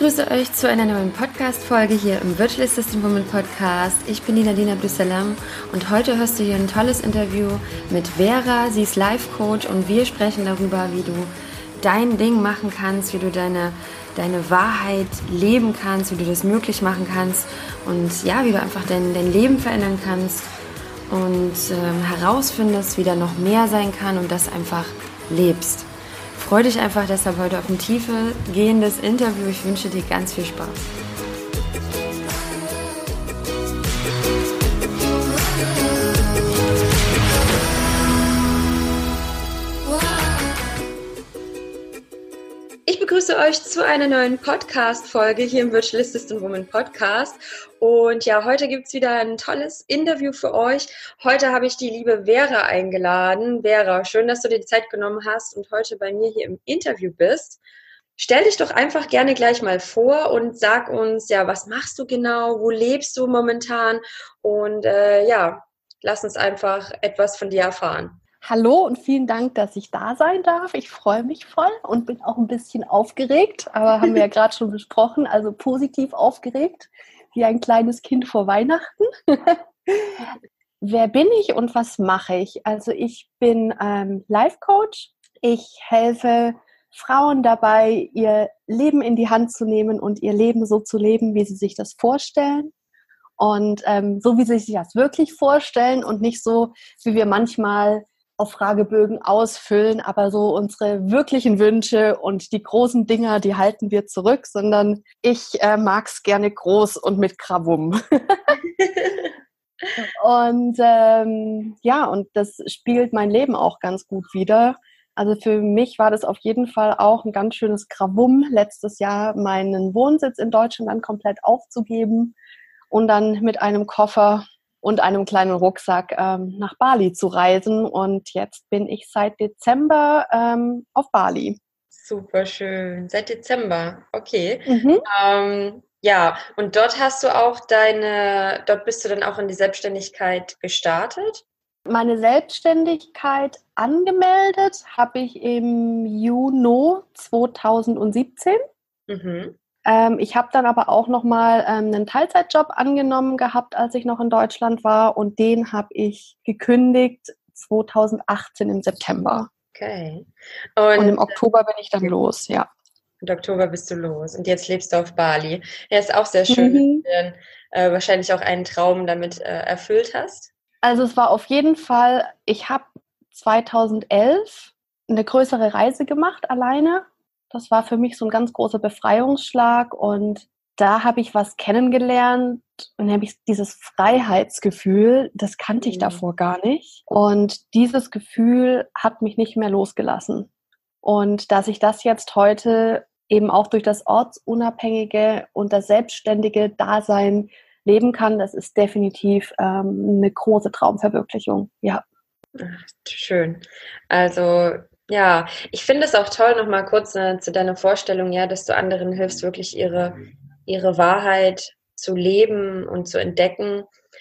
begrüße euch zu einer neuen Podcast-Folge hier im Virtual Assistant Woman Podcast. Ich bin die Nadine Abdussalam und heute hörst du hier ein tolles Interview mit Vera. Sie ist Life-Coach und wir sprechen darüber, wie du dein Ding machen kannst, wie du deine Wahrheit leben kannst, wie du das möglich machen kannst und ja, wie du einfach dein Leben verändern kannst und herausfindest, wie da noch mehr sein kann und das einfach lebst. Freu dich einfach deshalb heute auf ein tiefer gehendes Interview. Ich wünsche dir ganz viel Spaß. Ich begrüße euch zu einer neuen Podcast-Folge hier im Virtual Assistant Woman Podcast. Und ja, heute gibt es wieder ein tolles Interview für euch. Heute habe ich die liebe Vera eingeladen. Vera, schön, dass du dir die Zeit genommen hast und heute bei mir hier im Interview bist. Stell dich doch einfach gerne gleich mal vor und sag uns, ja, was machst du genau, wo lebst du momentan und lass uns einfach etwas von dir erfahren. Hallo und vielen Dank, dass ich da sein darf. Ich freue mich voll und bin auch ein bisschen aufgeregt, aber haben wir ja gerade schon besprochen, also positiv aufgeregt, wie ein kleines Kind vor Weihnachten. Wer bin ich und was mache ich? Also ich bin Life Coach. Ich helfe Frauen dabei, ihr Leben in die Hand zu nehmen und ihr Leben so zu leben, wie sie sich das vorstellen. Und so, wie sie sich das wirklich vorstellen und nicht so, wie wir manchmal auf Fragebögen ausfüllen, aber so unsere wirklichen Wünsche und die großen Dinger, die halten wir zurück, sondern ich mag es gerne groß und mit Krawum. Und und das spiegelt mein Leben auch ganz gut wider. Also für mich war das auf jeden Fall auch ein ganz schönes Krawum, letztes Jahr meinen Wohnsitz in Deutschland dann komplett aufzugeben und dann mit einem Koffer und einem kleinen Rucksack nach Bali zu reisen. Und jetzt bin ich seit Dezember auf Bali. Super schön. Seit Dezember, okay. Mhm. Und dort dort bist du dann auch in die Selbstständigkeit gestartet? Meine Selbstständigkeit angemeldet habe ich im Juni 2017. Mhm. Ich habe dann aber auch nochmal einen Teilzeitjob angenommen gehabt, als ich noch in Deutschland war. Und den habe ich gekündigt 2018 im September. Okay. Und im Oktober bin ich dann los, ja. Im Oktober bist du los und jetzt lebst du auf Bali. Ja, ist auch sehr schön, dass du dir wahrscheinlich auch einen Traum damit erfüllt hast. Also es war auf jeden Fall, ich habe 2011 eine größere Reise gemacht alleine. Das war für mich so ein ganz großer Befreiungsschlag und da habe ich was kennengelernt und habe ich dieses Freiheitsgefühl, das kannte ich davor gar nicht. Und dieses Gefühl hat mich nicht mehr losgelassen. Und dass ich das jetzt heute eben auch durch das ortsunabhängige und das selbstständige Dasein leben kann, das ist definitiv eine große Traumverwirklichung, ja. Ach, schön. Also ja, ich finde es auch toll, nochmal kurz zu deiner Vorstellung, ja, dass du anderen hilfst, wirklich ihre Wahrheit zu leben und zu entdecken.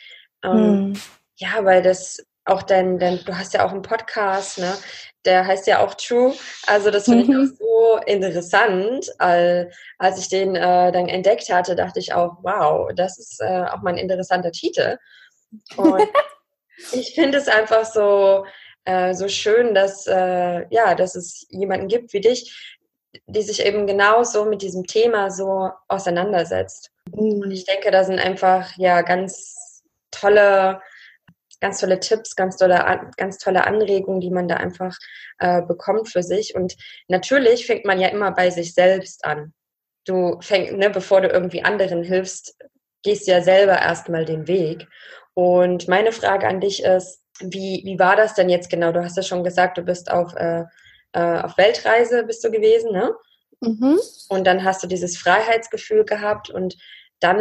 Ja, weil das auch du hast ja auch einen Podcast, ne? Der heißt ja auch True. Also das finde ich auch so interessant. Als ich den dann entdeckt hatte, dachte ich auch, wow, das ist auch mal ein interessanter Titel. Und ich finde es einfach so schön, dass es jemanden gibt wie dich, die sich eben genauso mit diesem Thema so auseinandersetzt. Und ich denke, da sind einfach ganz tolle Tipps, ganz tolle Anregungen, die man da einfach bekommt für sich. Und natürlich fängt man ja immer bei sich selbst an. Bevor du irgendwie anderen hilfst, gehst du ja selber erstmal den Weg. Und meine Frage an dich ist, wie war das denn jetzt genau? Du hast ja schon gesagt, du bist auf Weltreise bist du gewesen, ne? Mhm. Und dann hast du dieses Freiheitsgefühl gehabt und dann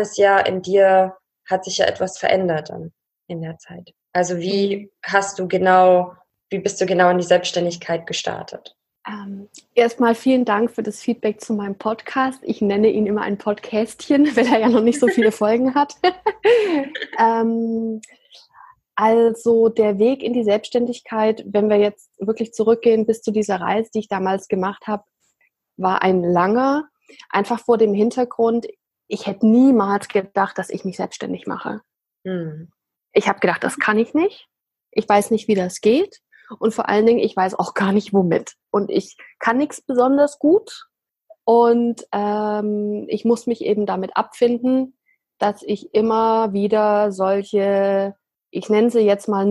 hat sich ja etwas verändert dann in der Zeit. Also wie bist du genau in die Selbstständigkeit gestartet? Erstmal vielen Dank für das Feedback zu meinem Podcast. Ich nenne ihn immer ein Podcastchen, weil er ja noch nicht so viele Folgen hat. Also der Weg in die Selbstständigkeit, wenn wir jetzt wirklich zurückgehen bis zu dieser Reise, die ich damals gemacht habe, war ein langer. Einfach vor dem Hintergrund, ich hätte niemals gedacht, dass ich mich selbstständig mache. Mhm. Ich habe gedacht, das kann ich nicht. Ich weiß nicht, wie das geht. Und vor allen Dingen, ich weiß auch gar nicht, womit. Und ich kann nichts besonders gut. Und ich muss mich eben damit abfinden, dass ich immer wieder solche, ich nenne sie jetzt mal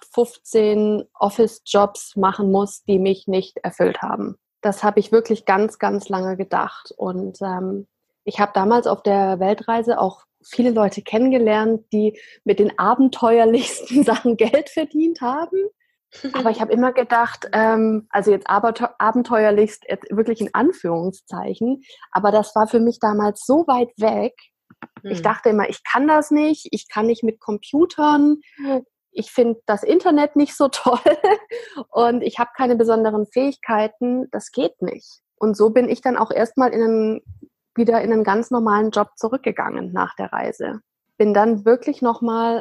0815 Office-Jobs machen muss, die mich nicht erfüllt haben. Das habe ich wirklich ganz, ganz lange gedacht. Und ich habe damals auf der Weltreise auch viele Leute kennengelernt, die mit den abenteuerlichsten Sachen Geld verdient haben. Aber ich habe immer gedacht, also jetzt abenteuerlichst, jetzt wirklich in Anführungszeichen, aber das war für mich damals so weit weg. Ich dachte immer, ich kann das nicht, ich kann nicht mit Computern, ich finde das Internet nicht so toll und ich habe keine besonderen Fähigkeiten, das geht nicht. Und so bin ich dann auch erstmal wieder in einen ganz normalen Job zurückgegangen nach der Reise. Bin dann wirklich nochmal,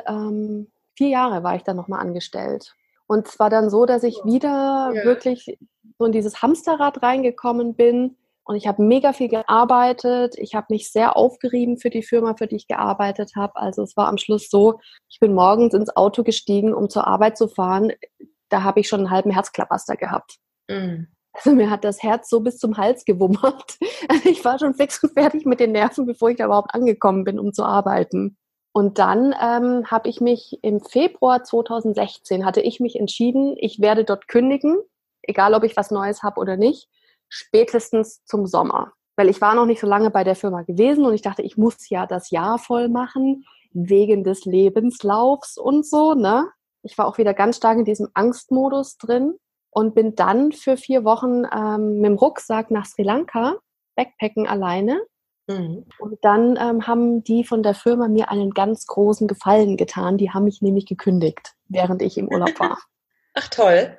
4 Jahre war ich dann nochmal angestellt. Und zwar dann so, dass ich wieder wirklich so in dieses Hamsterrad reingekommen bin. Und ich habe mega viel gearbeitet. Ich habe mich sehr aufgerieben für die Firma, für die ich gearbeitet habe. Also es war am Schluss so, ich bin morgens ins Auto gestiegen, um zur Arbeit zu fahren. Da habe ich schon einen halben Herzklabaster gehabt. Mhm. Also mir hat das Herz so bis zum Hals gewummert. Also ich war schon fix und fertig mit den Nerven, bevor ich da überhaupt angekommen bin, um zu arbeiten. Und dann habe ich mich im Februar 2016, hatte ich mich entschieden, ich werde dort kündigen, egal ob ich was Neues habe oder nicht, spätestens zum Sommer. Weil ich war noch nicht so lange bei der Firma gewesen und ich dachte, ich muss ja das Jahr voll machen, wegen des Lebenslaufs und so, ne? Ich war auch wieder ganz stark in diesem Angstmodus drin und bin dann für 4 Wochen mit dem Rucksack nach Sri Lanka, Backpacken alleine. Mhm. Und dann haben die von der Firma mir einen ganz großen Gefallen getan. Die haben mich nämlich gekündigt, während ich im Urlaub war. Ach toll.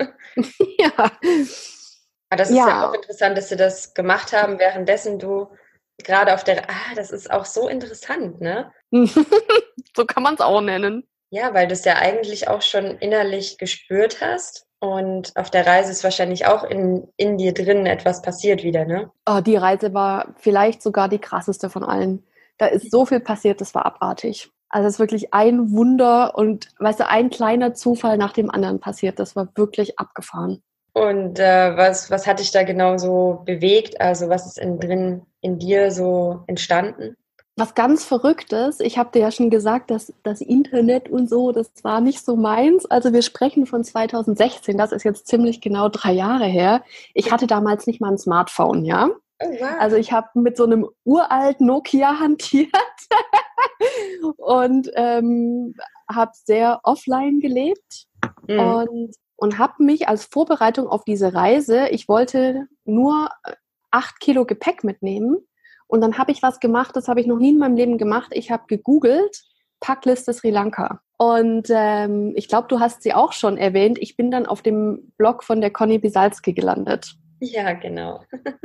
Ja. Aber das ist ja auch interessant, dass sie das gemacht haben, währenddessen du gerade auf der... das ist auch so interessant, ne? So kann man es auch nennen. Ja, weil du es ja eigentlich auch schon innerlich gespürt hast und auf der Reise ist wahrscheinlich auch in dir drin etwas passiert wieder, ne? Oh, die Reise war vielleicht sogar die krasseste von allen. Da ist so viel passiert, das war abartig. Also es ist wirklich ein Wunder und, weißt du, ein kleiner Zufall nach dem anderen passiert. Das war wirklich abgefahren. Und was hat dich da genau so bewegt? Also was ist drin in dir so entstanden? Was ganz Verrücktes, ich habe dir ja schon gesagt, dass das Internet und so, das war nicht so meins. Also wir sprechen von 2016, das ist jetzt ziemlich genau 3 Jahre her. Ich hatte damals nicht mal ein Smartphone, ja. Oh, wow. Also ich habe mit so einem uralt Nokia hantiert und habe sehr offline gelebt und habe mich als Vorbereitung auf diese Reise, ich wollte nur 8 Kilo Gepäck mitnehmen. Und dann habe ich was gemacht, das habe ich noch nie in meinem Leben gemacht. Ich habe gegoogelt, Packliste Sri Lanka. Und ich glaube, du hast sie auch schon erwähnt. Ich bin dann auf dem Blog von der Conny Bisalski gelandet. Ja, genau.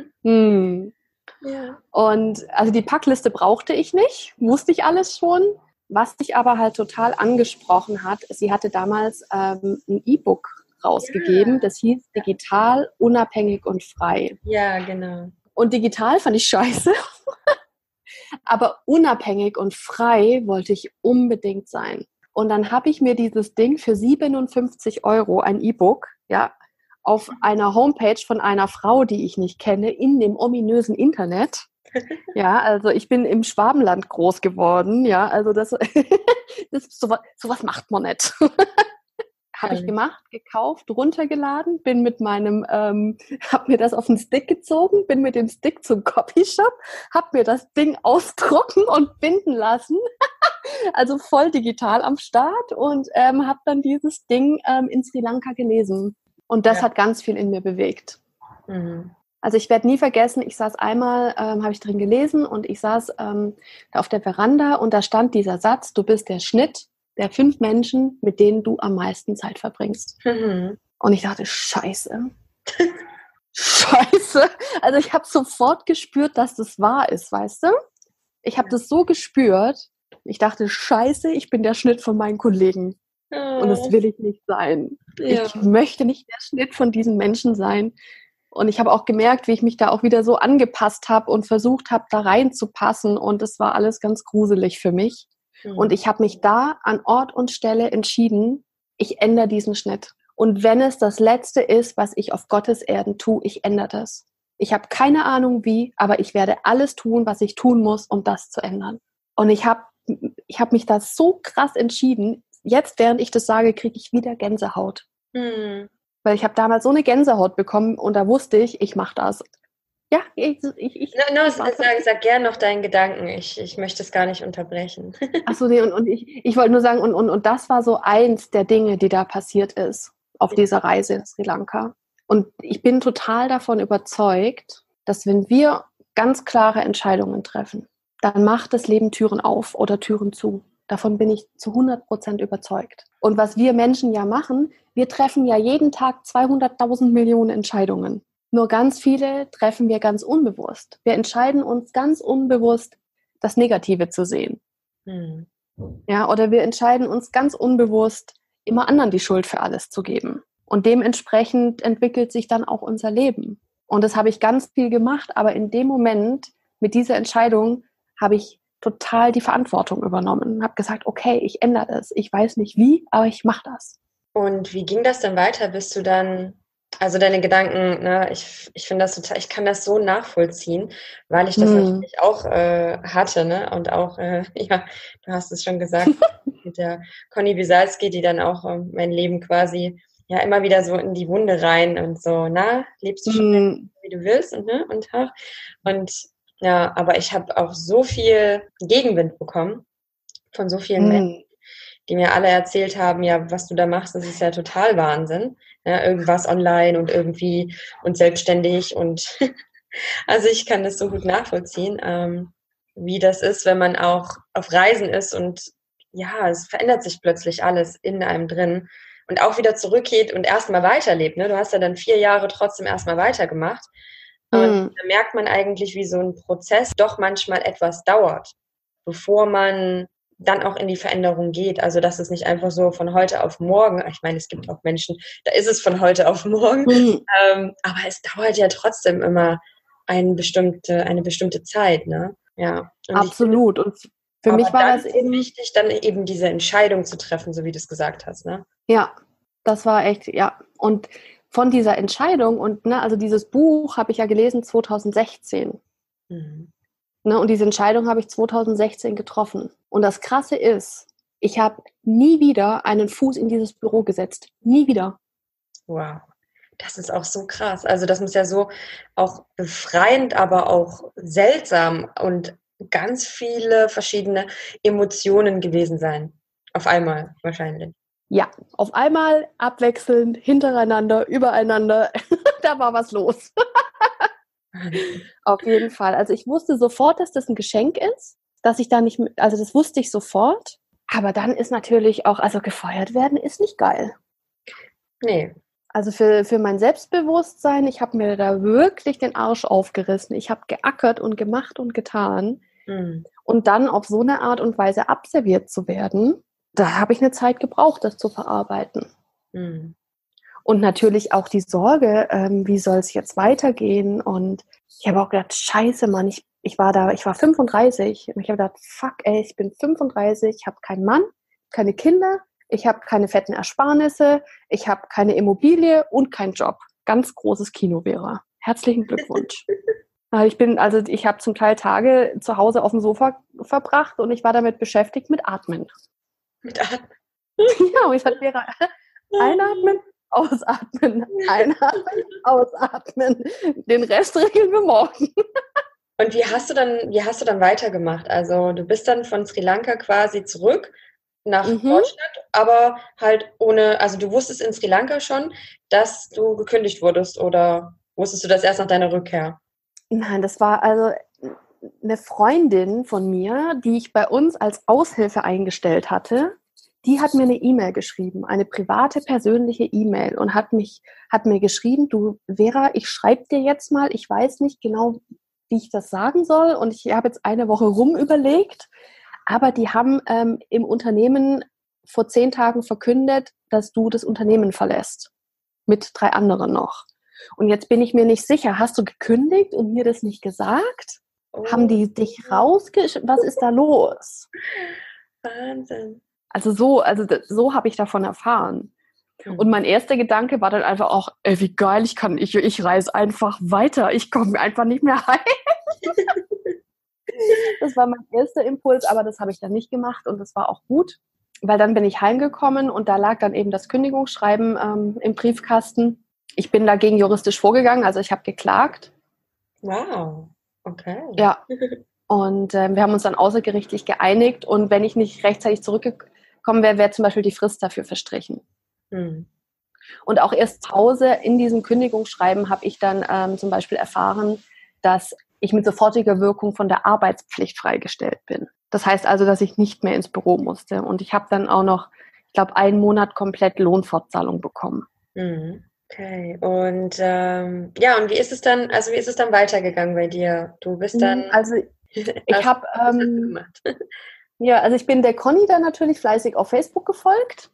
Ja. Und also die Packliste brauchte ich nicht, wusste ich alles schon. Was dich aber halt total angesprochen hat, sie hatte damals ein E-Book rausgegeben, das hieß Digital, unabhängig und frei. Ja, genau. Und digital fand ich scheiße, aber unabhängig und frei wollte ich unbedingt sein. Und dann habe ich mir dieses Ding für 57 €, ein E-Book, ja, auf einer Homepage von einer Frau, die ich nicht kenne, in dem ominösen Internet. Ja, also ich bin im Schwabenland groß geworden, ja, also sowas macht man nicht. Habe ich gemacht, gekauft, runtergeladen, bin mit meinem, habe mir das auf den Stick gezogen, bin mit dem Stick zum Copyshop, habe mir das Ding ausdrucken und binden lassen, also voll digital am Start und habe dann dieses Ding in Sri Lanka gelesen. Und das hat ganz viel in mir bewegt. Mhm. Also ich werde nie vergessen, ich saß einmal, habe ich drin gelesen und ich saß da auf der Veranda und da stand dieser Satz, du bist der Schnitt der 5 Menschen, mit denen du am meisten Zeit verbringst. Mhm. Und ich dachte, scheiße. Scheiße. Also ich habe sofort gespürt, dass das wahr ist, weißt du? Ich habe das so gespürt. Ich dachte, scheiße, ich bin der Schnitt von meinen Kollegen. Und das will ich nicht sein. Ja. Ich möchte nicht der Schnitt von diesen Menschen sein. Und ich habe auch gemerkt, wie ich mich da auch wieder so angepasst habe und versucht habe, da reinzupassen. Und es war alles ganz gruselig für mich. Und ich habe mich da an Ort und Stelle entschieden, ich ändere diesen Schnitt. Und wenn es das Letzte ist, was ich auf Gottes Erden tue, ich ändere das. Ich habe keine Ahnung wie, aber ich werde alles tun, was ich tun muss, um das zu ändern. Und ich habe mich da so krass entschieden. Jetzt, während ich das sage, kriege ich wieder Gänsehaut. Weil ich habe damals so eine Gänsehaut bekommen und da wusste ich mache das. Ja, sag gern noch deinen Gedanken. Ich möchte es gar nicht unterbrechen. Achso, nee, und ich wollte nur sagen, und das war so eins der Dinge, die da passiert ist auf dieser Reise in Sri Lanka. Und ich bin total davon überzeugt, dass wenn wir ganz klare Entscheidungen treffen, dann macht das Leben Türen auf oder Türen zu. Davon bin ich zu 100% überzeugt. Und was wir Menschen ja machen, wir treffen ja jeden Tag 200.000 Millionen Entscheidungen. Nur ganz viele treffen wir ganz unbewusst. Wir entscheiden uns ganz unbewusst, das Negative zu sehen. Ja, oder wir entscheiden uns ganz unbewusst, immer anderen die Schuld für alles zu geben. Und dementsprechend entwickelt sich dann auch unser Leben. Und das habe ich ganz viel gemacht, aber in dem Moment, mit dieser Entscheidung, habe ich total die Verantwortung übernommen. Habe gesagt, okay, ich ändere das. Ich weiß nicht wie, aber ich mache das. Und wie ging das dann weiter? Bist du dann, also deine Gedanken, ne, ich finde das total, ich kann das so nachvollziehen, weil ich das natürlich auch hatte, ne? Und auch, ja, du hast es schon gesagt, mit der Conny Wiesalski, die dann auch mein Leben quasi ja immer wieder so in die Wunde rein und so, na, lebst du schon wie du willst und ja, aber ich habe auch so viel Gegenwind bekommen von so vielen Menschen, die mir alle erzählt haben, ja, was du da machst, das ist ja total Wahnsinn. Ja, irgendwas online und irgendwie und selbstständig und also ich kann das so gut nachvollziehen, wie das ist, wenn man auch auf Reisen ist und ja, es verändert sich plötzlich alles in einem drin und auch wieder zurückgeht und erstmal weiterlebt. Ne? Du hast ja dann 4 Jahre trotzdem erstmal weitergemacht. Und da merkt man eigentlich, wie so ein Prozess doch manchmal etwas dauert, bevor man dann auch in die Veränderung geht. Also, dass es nicht einfach so von heute auf morgen, ich meine, es gibt auch Menschen, da ist es von heute auf morgen, aber es dauert ja trotzdem immer eine bestimmte Zeit, ne? Ja. Und absolut. Und für mich war das eben wichtig, dann eben diese Entscheidung zu treffen, so wie du es gesagt hast, ne? Ja, das war echt, ja. Und von dieser Entscheidung und, ne, also dieses Buch habe ich ja gelesen 2016. Ne, und diese Entscheidung habe ich 2016 getroffen. Und das Krasse ist, ich habe nie wieder einen Fuß in dieses Büro gesetzt. Nie wieder. Wow. Das ist auch so krass. Also das muss ja so auch befreiend, aber auch seltsam und ganz viele verschiedene Emotionen gewesen sein. Auf einmal wahrscheinlich. Ja, auf einmal, abwechselnd, hintereinander, übereinander. Da war was los. Auf jeden Fall. Also ich wusste sofort, dass das ein Geschenk ist, dass ich da nicht, also das wusste ich sofort. Aber dann ist natürlich auch, also gefeuert werden ist nicht geil. Nee. Also für mein Selbstbewusstsein, ich habe mir da wirklich den Arsch aufgerissen. Ich habe geackert und gemacht und getan. Und dann auf so eine Art und Weise abserviert zu werden, da habe ich eine Zeit gebraucht, das zu verarbeiten. Und natürlich auch die Sorge, wie soll es jetzt weitergehen? Und ich habe auch gedacht, scheiße, Mann, ich war 35 und ich habe gedacht, fuck, ey, ich bin 35, ich habe keinen Mann, keine Kinder, ich habe keine fetten Ersparnisse, ich habe keine Immobilie und keinen Job. Ganz großes Kino, Vera. Herzlichen Glückwunsch. Ich habe zum Teil Tage zu Hause auf dem Sofa verbracht und ich war damit beschäftigt mit Atmen. Mit Atmen? Ja, und ich sagte, Vera, einatmen, ausatmen, einatmen, ausatmen. Den Rest regeln wir morgen. Und wie hast du dann weitergemacht? Also du bist dann von Sri Lanka quasi zurück nach Deutschland, aber halt ohne, also du wusstest in Sri Lanka schon, dass du gekündigt wurdest oder wusstest du das erst nach deiner Rückkehr? Nein, das war also eine Freundin von mir, die ich bei uns als Aushilfe eingestellt hatte, die hat mir eine E-Mail geschrieben, eine private, persönliche E-Mail und hat mir geschrieben, du Vera, ich schreibe dir jetzt mal, ich weiß nicht genau, wie ich das sagen soll und ich habe jetzt eine Woche überlegt, aber die haben im Unternehmen vor 10 Tagen verkündet, dass du das Unternehmen verlässt, mit 3 anderen noch. Und jetzt bin ich mir nicht sicher, hast du gekündigt und mir das nicht gesagt? Oh, Haben die dich rausgeschickt? Was ist da los? Wahnsinn. Also so habe ich davon erfahren. Und mein erster Gedanke war dann einfach auch, ey, wie geil, ich reise einfach weiter. Ich komme einfach nicht mehr heim. Das war mein erster Impuls, aber das habe ich dann nicht gemacht und das war auch gut, weil dann bin ich heimgekommen und da lag dann eben das Kündigungsschreiben im Briefkasten. Ich bin dagegen juristisch vorgegangen, also ich habe geklagt. Wow, okay. Ja, und wir haben uns dann außergerichtlich geeinigt und wenn ich nicht rechtzeitig zurückgekommen wäre, wäre zum Beispiel die Frist dafür verstrichen. Hm. Und auch erst zu Hause in diesem Kündigungsschreiben habe ich dann zum Beispiel erfahren, dass ich mit sofortiger Wirkung von der Arbeitspflicht freigestellt bin. Das heißt also, dass ich nicht mehr ins Büro musste. Und ich habe dann auch noch, ich glaube, 1 Monat komplett Lohnfortzahlung bekommen. Okay. Und ja, und wie ist es dann weitergegangen bei dir? Du bist dann. Also ich habe gemacht. ja, also ich bin der Conny dann natürlich fleißig auf Facebook gefolgt.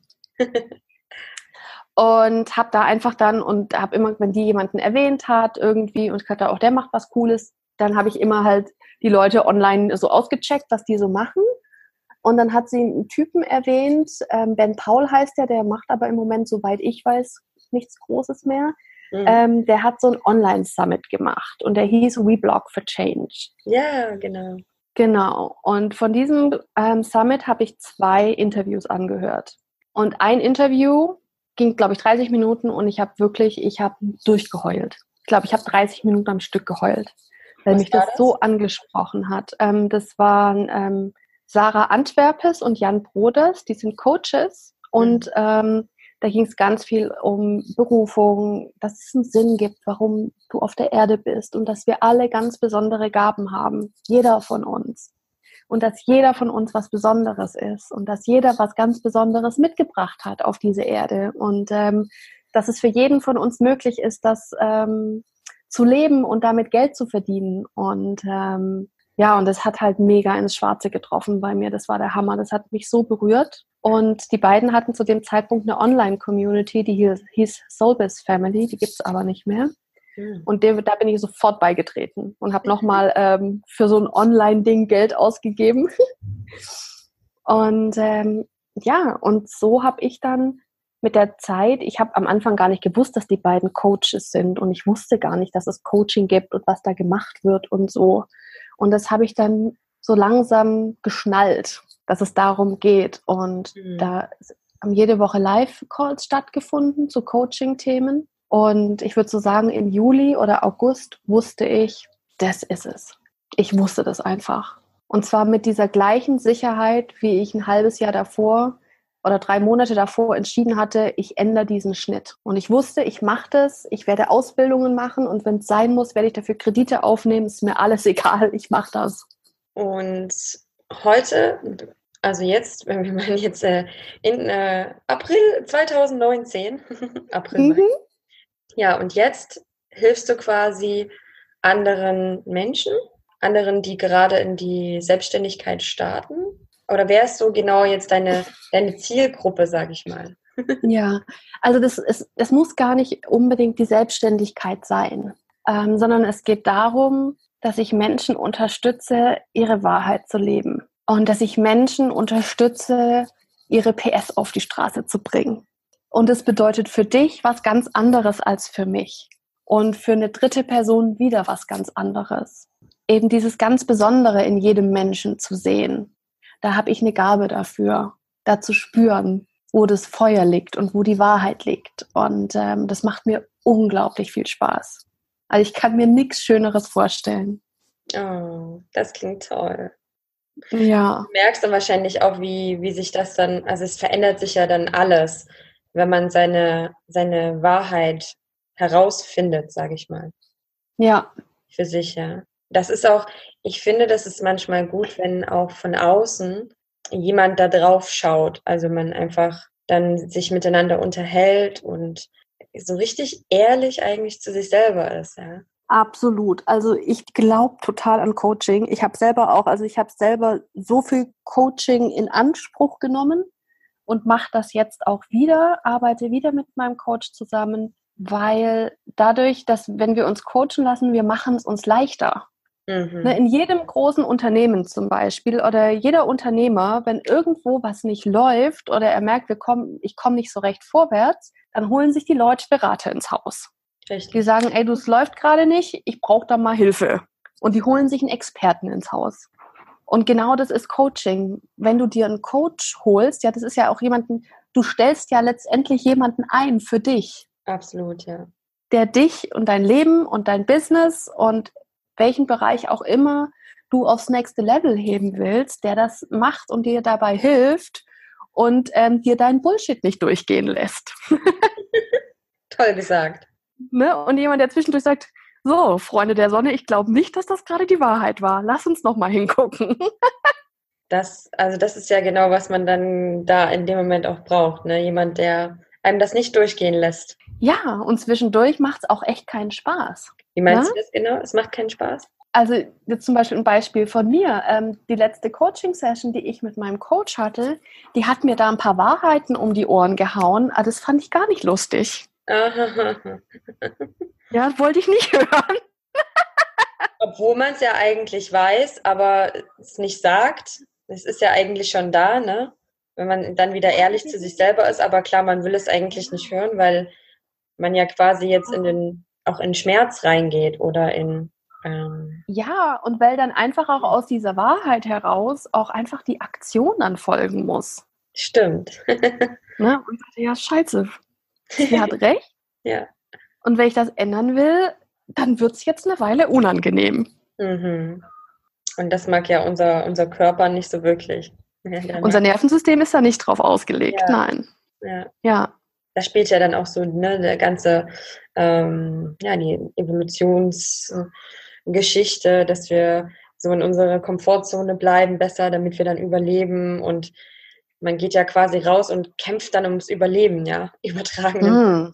Und habe da einfach dann und habe immer, wenn die jemanden erwähnt hat irgendwie und ich dachte auch, der macht was Cooles, dann habe ich immer halt die Leute online so ausgecheckt, was die so machen. Und dann hat sie einen Typen erwähnt, Ben Paul heißt der macht aber im Moment, soweit ich weiß, nichts Großes mehr. Der hat so ein Online-Summit gemacht und der hieß We Blog for Change. Ja, genau. Genau. Und von diesem Summit habe ich 2 Interviews angehört. Und ein Interview ging, glaube ich, 30 Minuten und ich habe durchgeheult. Ich glaube, ich habe 30 Minuten am Stück geheult, weil mich das so angesprochen hat. Das waren Sarah Antwerpes und Jan Broders, die sind Coaches und da ging es ganz viel um Berufung, dass es einen Sinn gibt, warum du auf der Erde bist und dass wir alle ganz besondere Gaben haben, jeder von uns. Und dass jeder von uns was Besonderes ist und dass jeder was ganz Besonderes mitgebracht hat auf diese Erde und dass es für jeden von uns möglich ist, das zu leben und damit Geld zu verdienen. Und ja, und das hat halt mega ins Schwarze getroffen bei mir. Das war der Hammer. Das hat mich so berührt. Und die beiden hatten zu dem Zeitpunkt eine Online-Community, die hieß Soulbiz Family, die gibt es aber nicht mehr. Und da bin ich sofort beigetreten und habe nochmal für so ein Online-Ding Geld ausgegeben. Und ja, und so habe ich dann mit der Zeit, ich habe am Anfang gar nicht gewusst, dass die beiden Coaches sind und ich wusste gar nicht, dass es Coaching gibt und was da gemacht wird und so. Und das habe ich dann so langsam geschnallt, dass es darum geht. Und da haben jede Woche Live-Calls stattgefunden zu Coaching-Themen. Und ich würde so sagen, im Juli oder August wusste ich, das ist es. Ich wusste das einfach. Und zwar mit dieser gleichen Sicherheit, wie ich ein halbes Jahr davor oder 3 Monate davor entschieden hatte, ich ändere diesen Schnitt. Und ich wusste, ich mache das, ich werde Ausbildungen machen und wenn es sein muss, werde ich dafür Kredite aufnehmen, ist mir alles egal, ich mache das. Und heute, also jetzt, wenn wir meinen jetzt in April 2019, April, ja, und jetzt hilfst du quasi anderen Menschen, anderen, die gerade in die Selbstständigkeit starten? Oder wer ist so genau jetzt deine Zielgruppe, sage ich mal? Ja, also es muss gar nicht unbedingt die Selbstständigkeit sein, sondern es geht darum, dass ich Menschen unterstütze, ihre Wahrheit zu leben. Und dass ich Menschen unterstütze, ihre PS auf die Straße zu bringen. Und es bedeutet für dich was ganz anderes als für mich. Und für eine dritte Person wieder was ganz anderes. Eben dieses ganz Besondere in jedem Menschen zu sehen. Da habe ich eine Gabe dafür, da zu spüren, wo das Feuer liegt und wo die Wahrheit liegt. Und das macht mir unglaublich viel Spaß. Also ich kann mir nichts Schöneres vorstellen. Oh, das klingt toll. Ja. Du merkst dann wahrscheinlich auch, wie sich das dann, also es verändert sich ja dann alles, wenn man seine Wahrheit herausfindet, sage ich mal. Ja. Für sich, ja. Das ist auch, ich finde, das ist manchmal gut, wenn auch von außen jemand da drauf schaut. Also man einfach dann sich miteinander unterhält und so richtig ehrlich eigentlich zu sich selber ist, ja. Absolut. Also ich glaube total an Coaching. Ich habe selber so viel Coaching in Anspruch genommen und mache das jetzt auch wieder, arbeite wieder mit meinem Coach zusammen, weil dadurch, dass wenn wir uns coachen lassen, wir machen es uns leichter. Ne, in jedem großen Unternehmen zum Beispiel oder jeder Unternehmer, wenn irgendwo was nicht läuft oder er merkt, ich komme nicht so recht vorwärts, dann holen sich die Leute Berater ins Haus. Richtig. Die sagen, ey, es läuft gerade nicht, ich brauche da mal Hilfe. Und die holen sich einen Experten ins Haus. Und genau das ist Coaching. Wenn du dir einen Coach holst, ja, das ist ja auch du stellst ja letztendlich jemanden ein für dich. Absolut, ja. Der dich und dein Leben und dein Business und welchen Bereich auch immer du aufs nächste Level heben willst, der das macht und dir dabei hilft und dir deinen Bullshit nicht durchgehen lässt. Toll gesagt. Ne? Und jemand, der zwischendurch sagt, so, Freunde der Sonne, ich glaube nicht, dass das gerade die Wahrheit war. Lass uns noch mal hingucken. Das ist ja genau, was man dann da in dem Moment auch braucht. Ne? Jemand, der einem das nicht durchgehen lässt. Ja, und zwischendurch macht es auch echt keinen Spaß. Wie meinst du das genau? Es macht keinen Spaß? Also jetzt zum Beispiel ein Beispiel von mir. Die letzte Coaching-Session, die ich mit meinem Coach hatte, die hat mir da ein paar Wahrheiten um die Ohren gehauen. Aber das fand ich gar nicht lustig. Ja, das wollte ich nicht hören. Obwohl man es ja eigentlich weiß, aber es nicht sagt. Es ist ja eigentlich schon da, ne? Wenn man dann wieder ehrlich zu sich selber ist. Aber klar, man will es eigentlich nicht hören, weil man ja quasi jetzt auch in Schmerz reingeht oder in... Ja, und weil dann einfach auch aus dieser Wahrheit heraus auch einfach die Aktion dann folgen muss. Stimmt. Ne? Und dachte, ja, scheiße, sie hat recht. Ja. Und wenn ich das ändern will, dann wird es jetzt eine Weile unangenehm. Mhm. Und das mag ja unser Körper nicht so wirklich. Unser Nervensystem ist da nicht drauf ausgelegt, nein. Ja. Da spielt ja dann auch so der ganze, die Evolutionsgeschichte, dass wir so in unserer Komfortzone bleiben besser, damit wir dann überleben. Und man geht ja quasi raus und kämpft dann ums Überleben, ja, übertragen.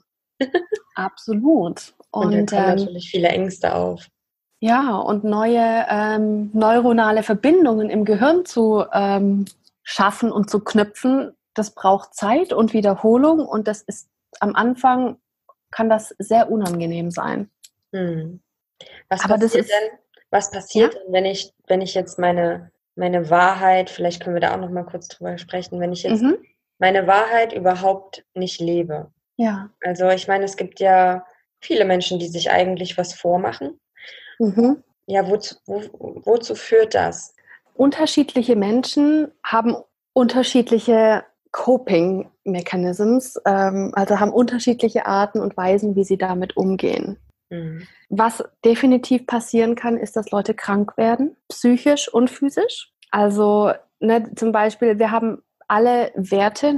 Absolut. Und da kommen natürlich viele Ängste auf. Ja, und neue neuronale Verbindungen im Gehirn zu schaffen und zu knüpfen, das braucht Zeit und Wiederholung und das ist am Anfang kann das sehr unangenehm sein. Was passiert denn, wenn ich jetzt meine Wahrheit, vielleicht können wir da auch noch mal kurz drüber sprechen, wenn ich jetzt meine Wahrheit überhaupt nicht lebe? Ja. Also ich meine, es gibt ja viele Menschen, die sich eigentlich was vormachen. Ja, wozu führt das? Unterschiedliche Menschen haben unterschiedliche Coping Mechanisms, also haben unterschiedliche Arten und Weisen, wie sie damit umgehen. Was definitiv passieren kann, ist, dass Leute krank werden, psychisch und physisch. Also zum Beispiel, wir haben alle Werte,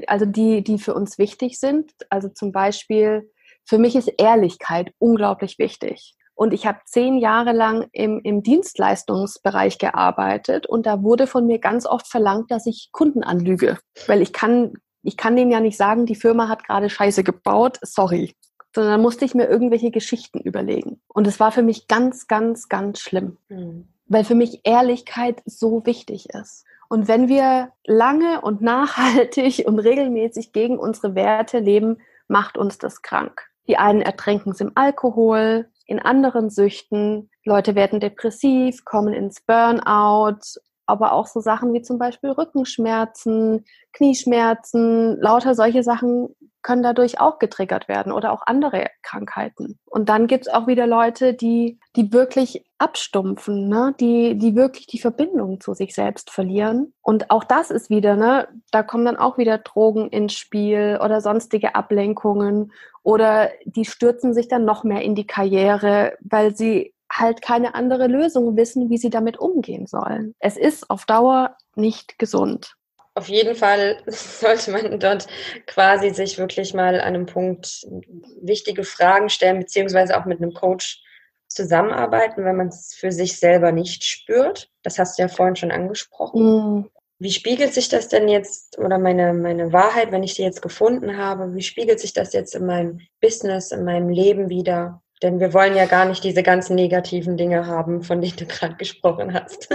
die für uns wichtig sind. Also zum Beispiel, für mich ist Ehrlichkeit unglaublich wichtig. Und ich habe 10 Jahre lang im Dienstleistungsbereich gearbeitet und da wurde von mir ganz oft verlangt, dass ich Kunden anlüge. Weil ich kann denen ja nicht sagen, die Firma hat gerade Scheiße gebaut, sorry. Sondern musste ich mir irgendwelche Geschichten überlegen. Und es war für mich ganz, ganz, ganz schlimm. Weil für mich Ehrlichkeit so wichtig ist. Und wenn wir lange und nachhaltig und regelmäßig gegen unsere Werte leben, macht uns das krank. Die einen ertränken es im Alkohol, in anderen Süchten. Leute werden depressiv, kommen ins Burnout, aber auch so Sachen wie zum Beispiel Rückenschmerzen, Knieschmerzen, lauter solche Sachen können dadurch auch getriggert werden oder auch andere Krankheiten. Und dann gibt es auch wieder Leute, die wirklich abstumpfen, ne? Die wirklich die Verbindung zu sich selbst verlieren. Und auch das ist wieder, da kommen dann auch wieder Drogen ins Spiel oder sonstige Ablenkungen oder die stürzen sich dann noch mehr in die Karriere, weil sie halt keine andere Lösung wissen, wie sie damit umgehen sollen. Es ist auf Dauer nicht gesund. Auf jeden Fall sollte man dort quasi sich wirklich mal an einem Punkt wichtige Fragen stellen, beziehungsweise auch mit einem Coach zusammenarbeiten, wenn man es für sich selber nicht spürt. Das hast du ja vorhin schon angesprochen. Wie spiegelt sich das denn jetzt, oder meine Wahrheit, wenn ich die jetzt gefunden habe, wie spiegelt sich das jetzt in meinem Business, in meinem Leben wieder? Denn wir wollen ja gar nicht diese ganzen negativen Dinge haben, von denen du gerade gesprochen hast.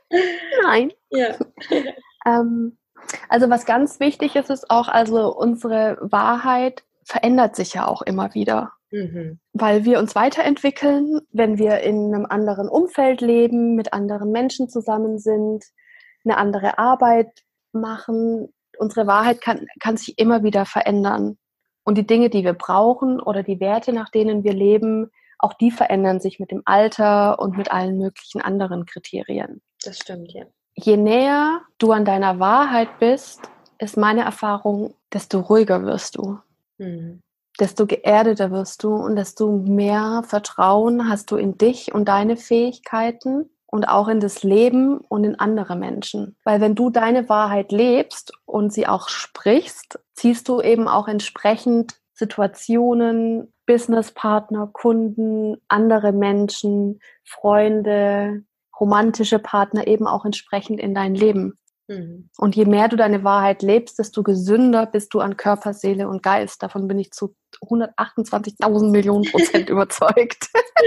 Nein. Ja. Also was ganz wichtig ist, ist auch, also unsere Wahrheit verändert sich ja auch immer wieder. Weil wir uns weiterentwickeln, wenn wir in einem anderen Umfeld leben, mit anderen Menschen zusammen sind, eine andere Arbeit machen. Unsere Wahrheit kann sich immer wieder verändern. Und die Dinge, die wir brauchen oder die Werte, nach denen wir leben, auch die verändern sich mit dem Alter und mit allen möglichen anderen Kriterien. Das stimmt, ja. Je näher du an deiner Wahrheit bist, ist meine Erfahrung, desto ruhiger wirst du. Desto geerdeter wirst du und desto mehr Vertrauen hast du in dich und deine Fähigkeiten und auch in das Leben und in andere Menschen. Weil wenn du deine Wahrheit lebst und sie auch sprichst, ziehst du eben auch entsprechend Situationen, Businesspartner, Kunden, andere Menschen, Freunde, romantische Partner eben auch entsprechend in dein Leben. Und je mehr du deine Wahrheit lebst, desto gesünder bist du an Körper, Seele und Geist. Davon bin ich zu 128.000 Millionen % überzeugt.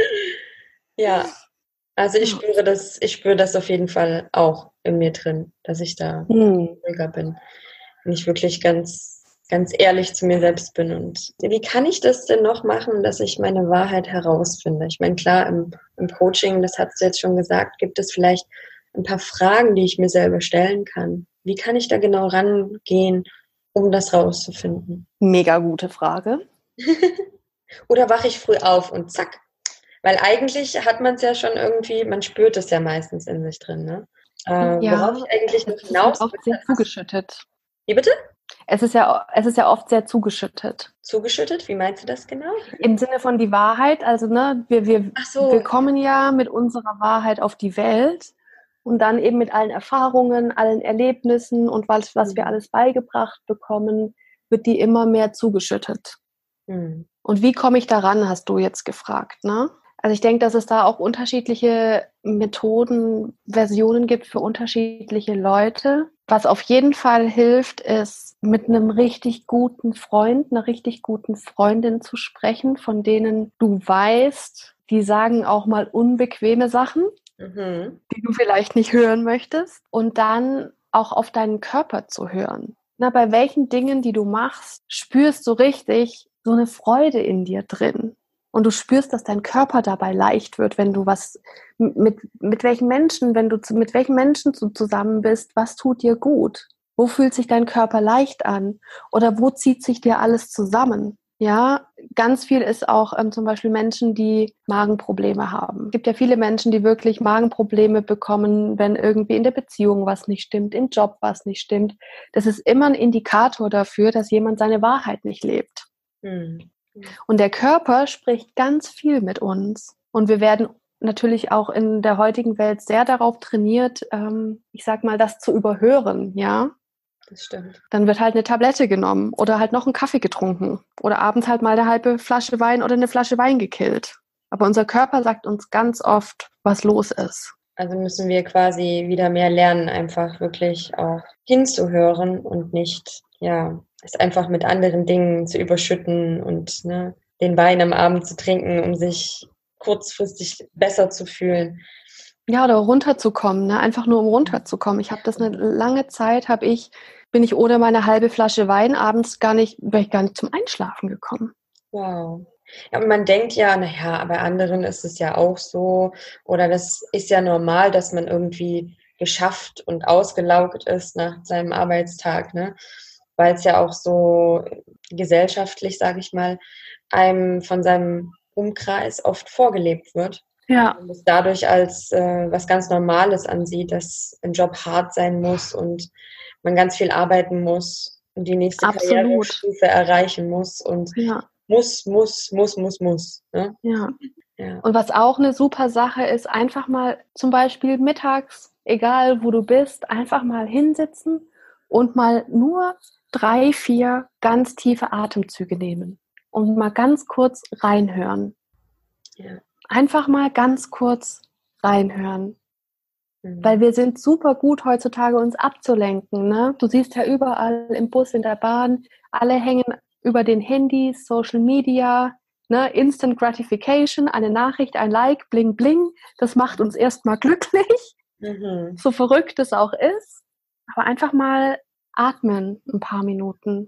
Ja, also ich spüre das auf jeden Fall auch in mir drin, dass ich da ruhiger bin. Und ich wirklich ganz, ganz ehrlich zu mir selbst bin. Und wie kann ich das denn noch machen, dass ich meine Wahrheit herausfinde? Ich meine, klar, im Coaching, das hast du jetzt schon gesagt, gibt es vielleicht ein paar Fragen, die ich mir selber stellen kann. Wie kann ich da genau rangehen, um das rauszufinden? Mega gute Frage. Oder wache ich früh auf und zack. Weil eigentlich hat man es ja schon irgendwie, man spürt es ja meistens in sich drin, ne? Worauf ich eigentlich noch hinaus will. Es ist oft sehr zugeschüttet. Wie bitte? Es ist ja oft sehr zugeschüttet. Zugeschüttet? Wie meinst du das genau? Im Sinne von die Wahrheit, also ne, wir kommen ja mit unserer Wahrheit auf die Welt und dann eben mit allen Erfahrungen, allen Erlebnissen und was wir alles beigebracht bekommen, wird die immer mehr zugeschüttet. Und wie komme ich daran, hast du jetzt gefragt, ne? Also ich denke, dass es da auch unterschiedliche Methoden, Versionen gibt für unterschiedliche Leute. Was auf jeden Fall hilft, ist, mit einem richtig guten Freund, einer richtig guten Freundin zu sprechen, von denen du weißt, die sagen auch mal unbequeme Sachen, die du vielleicht nicht hören möchtest. Und dann auch auf deinen Körper zu hören. Na, bei welchen Dingen, die du machst, spürst du richtig so eine Freude in dir drin. Und du spürst, dass dein Körper dabei leicht wird, wenn du mit welchen Menschen, mit welchen Menschen du zusammen bist, was tut dir gut? Wo fühlt sich dein Körper leicht an? Oder wo zieht sich dir alles zusammen? Ja, ganz viel ist auch zum Beispiel Menschen, die Magenprobleme haben. Es gibt ja viele Menschen, die wirklich Magenprobleme bekommen, wenn irgendwie in der Beziehung was nicht stimmt, im Job was nicht stimmt. Das ist immer ein Indikator dafür, dass jemand seine Wahrheit nicht lebt. Und der Körper spricht ganz viel mit uns. Und wir werden natürlich auch in der heutigen Welt sehr darauf trainiert, ich sag mal, das zu überhören, ja. Das stimmt. Dann wird halt eine Tablette genommen oder halt noch einen Kaffee getrunken oder abends halt mal eine halbe Flasche Wein oder eine Flasche Wein gekillt. Aber unser Körper sagt uns ganz oft, was los ist. Also müssen wir quasi wieder mehr lernen, einfach wirklich auch hinzuhören und nicht, ja, es einfach mit anderen Dingen zu überschütten und den Wein am Abend zu trinken, um sich kurzfristig besser zu fühlen. Ja, oder runterzukommen, ne? Einfach nur um runterzukommen. Ich habe das eine lange Zeit, bin ich ohne meine halbe Flasche Wein abends bin ich gar nicht zum Einschlafen gekommen. Wow. Ja, und man denkt ja, naja, bei anderen ist es ja auch so, oder das ist ja normal, dass man irgendwie geschafft und ausgelaugt ist nach seinem Arbeitstag, ne? Weil es ja auch so gesellschaftlich, sage ich mal, einem von seinem Umkreis oft vorgelebt wird. Ja. Und es dadurch als was ganz Normales ansieht, dass ein Job hart sein muss und man ganz viel arbeiten muss und die nächste Karrierestufe erreichen muss und muss. Ne? Ja. Und was auch eine super Sache ist, einfach mal zum Beispiel mittags, egal wo du bist, einfach mal hinsitzen und mal nur 3, 4 ganz tiefe Atemzüge nehmen und mal ganz kurz reinhören. Ja. Einfach mal ganz kurz reinhören. Weil wir sind super gut heutzutage, uns abzulenken. Ne? Du siehst ja überall im Bus, in der Bahn, alle hängen über den Handys, Social Media, ne? Instant Gratification, eine Nachricht, ein Like, bling, bling. Das macht uns erstmal glücklich, so verrückt es auch ist. Aber einfach mal atmen ein paar Minuten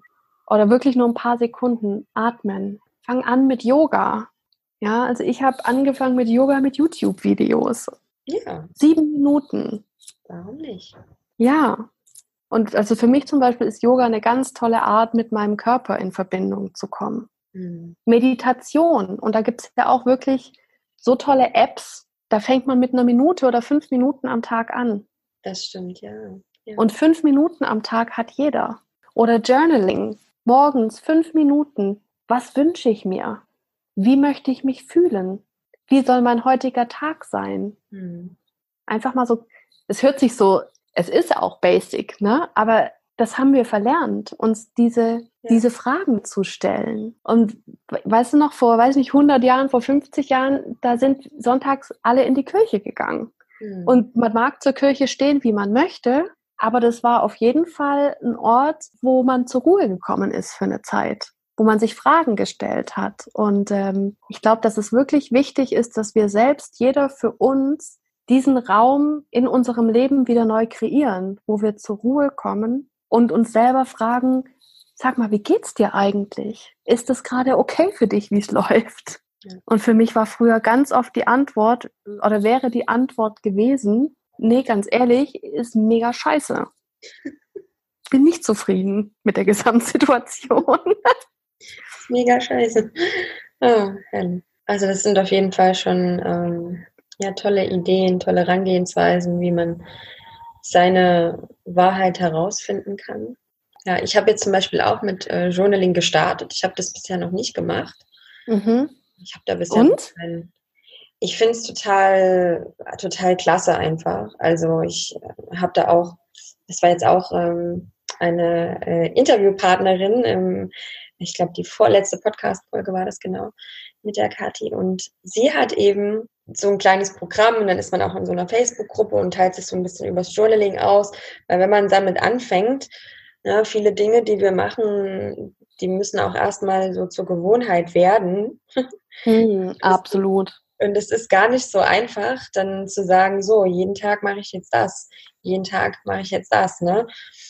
oder wirklich nur ein paar Sekunden atmen. Fang an mit Yoga. Ja, also ich habe angefangen mit Yoga mit YouTube-Videos. Ja. 7 Minuten. Warum nicht? Ja. Und also für mich zum Beispiel ist Yoga eine ganz tolle Art, mit meinem Körper in Verbindung zu kommen. Meditation. Und da gibt es ja auch wirklich so tolle Apps. Da fängt man mit 1 Minute oder 5 Minuten am Tag an. Das stimmt, ja. Und 5 Minuten am Tag hat jeder. Oder Journaling. Morgens 5 Minuten. Was wünsche ich mir? Wie möchte ich mich fühlen? Wie soll mein heutiger Tag sein? Einfach mal so, es hört sich so, es ist auch basic, ne? Aber das haben wir verlernt, uns diese Fragen zu stellen. Und weißt du noch, vor, 100 Jahren, vor 50 Jahren, da sind sonntags alle in die Kirche gegangen. Und man mag zur Kirche stehen, wie man möchte, aber das war auf jeden Fall ein Ort, wo man zur Ruhe gekommen ist für eine Zeit, wo man sich Fragen gestellt hat. Und ich glaube, dass es wirklich wichtig ist, dass wir selbst, jeder für uns, diesen Raum in unserem Leben wieder neu kreieren, wo wir zur Ruhe kommen und uns selber fragen, sag mal, wie geht's dir eigentlich? Ist es gerade okay für dich, wie es läuft? Ja. Und für mich war früher ganz oft die Antwort, oder wäre die Antwort gewesen, nee, ganz ehrlich, ist mega scheiße. Bin nicht zufrieden mit der Gesamtsituation. Mega scheiße. Oh, also das sind auf jeden Fall schon tolle Ideen, tolle Herangehensweisen, wie man seine Wahrheit herausfinden kann. Ja, ich habe jetzt zum Beispiel auch mit Journaling gestartet. Ich habe das bisher noch nicht gemacht. Ich habe da bisher ich finde es total klasse einfach. Also ich habe da auch, das war jetzt auch eine Interviewpartnerin, ich glaube die vorletzte Podcast-Folge war das genau, mit der Kathi. Und sie hat eben so ein kleines Programm und dann ist man auch in so einer Facebook-Gruppe und teilt sich so ein bisschen übers Journaling aus. Weil wenn man damit anfängt, viele Dinge, die wir machen, die müssen auch erstmal so zur Gewohnheit werden. Absolut. Und es ist gar nicht so einfach, dann zu sagen, so, jeden Tag mache ich jetzt das, jeden Tag mache ich jetzt das, ne?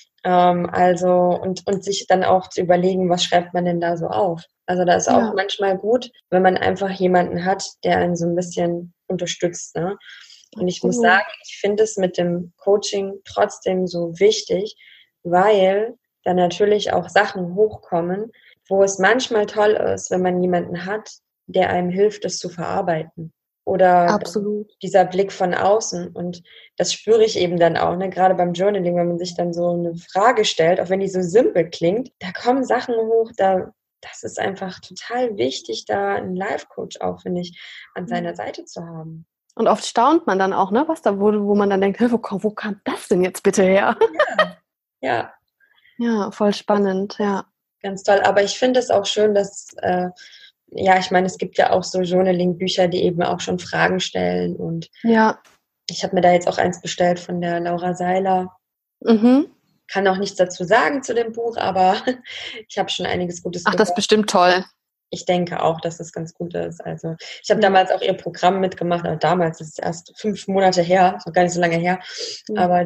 Und sich dann auch zu überlegen, was schreibt man denn da so auf? Also da ist auch manchmal gut, wenn man einfach jemanden hat, der einen so ein bisschen unterstützt, ne? Und ich muss sagen, ich finde es mit dem Coaching trotzdem so wichtig, weil da natürlich auch Sachen hochkommen, wo es manchmal toll ist, wenn man jemanden hat, der einem hilft, das zu verarbeiten. Oder dieser Blick von außen. Und das spüre ich eben dann auch, ne? Gerade beim Journaling, wenn man sich dann so eine Frage stellt, auch wenn die so simpel klingt, da kommen Sachen hoch, das ist einfach total wichtig, da einen Life-Coach auch, finde ich, an seiner Seite zu haben. Und oft staunt man dann auch, ne, was da wurde, wo man dann denkt, wo kam das denn jetzt bitte her? Ja. Ja, voll spannend, ja. Ganz toll. Aber ich finde es auch schön, dass ich meine, es gibt ja auch so Journaling-Bücher, die eben auch schon Fragen stellen. Und ich habe mir da jetzt auch eins bestellt von der Laura Seiler. Kann auch nichts dazu sagen zu dem Buch, aber ich habe schon einiges Gutes gehört. Ach, das ist bestimmt toll. Ich denke auch, dass es ganz gut ist. Also ich habe damals auch ihr Programm mitgemacht. Also damals, das ist erst 5 Monate her, ist noch gar nicht so lange her. Aber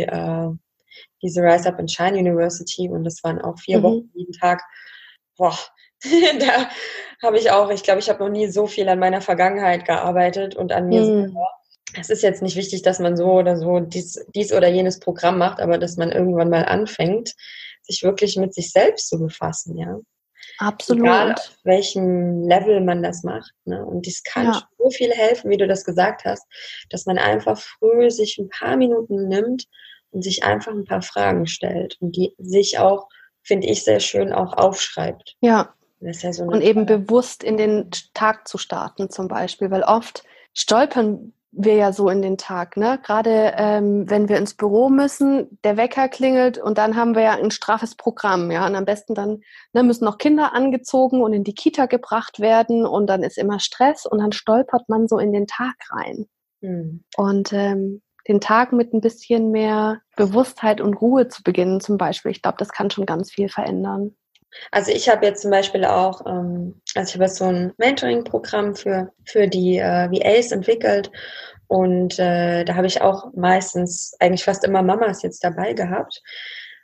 diese Rise Up and Shine University, und das waren auch 4 Wochen jeden Tag. Boah, da habe ich auch, ich glaube, ich habe noch nie so viel an meiner Vergangenheit gearbeitet und an mir selber. Es ist jetzt nicht wichtig, dass man so oder so dies oder jenes Programm macht, aber dass man irgendwann mal anfängt, sich wirklich mit sich selbst zu befassen, ja. Absolut. Egal auf welchem Level man das macht, ne? Und das kann so viel helfen, wie du das gesagt hast, dass man einfach früh sich ein paar Minuten nimmt und sich einfach ein paar Fragen stellt und die sich auch, finde ich, sehr schön auch aufschreibt. Ja. Das ist ja so und eben bewusst in den Tag zu starten zum Beispiel, weil oft stolpern wir ja so in den Tag, ne? Gerade wenn wir ins Büro müssen, der Wecker klingelt und dann haben wir ja ein straffes Programm, ja, und am besten dann müssen noch Kinder angezogen und in die Kita gebracht werden und dann ist immer Stress und dann stolpert man so in den Tag rein. Und den Tag mit ein bisschen mehr Bewusstheit und Ruhe zu beginnen zum Beispiel, ich glaube, das kann schon ganz viel verändern. Also ich habe jetzt zum Beispiel auch, ich habe jetzt so ein Mentoring-Programm für die VAs entwickelt und da habe ich auch meistens eigentlich fast immer Mamas jetzt dabei gehabt,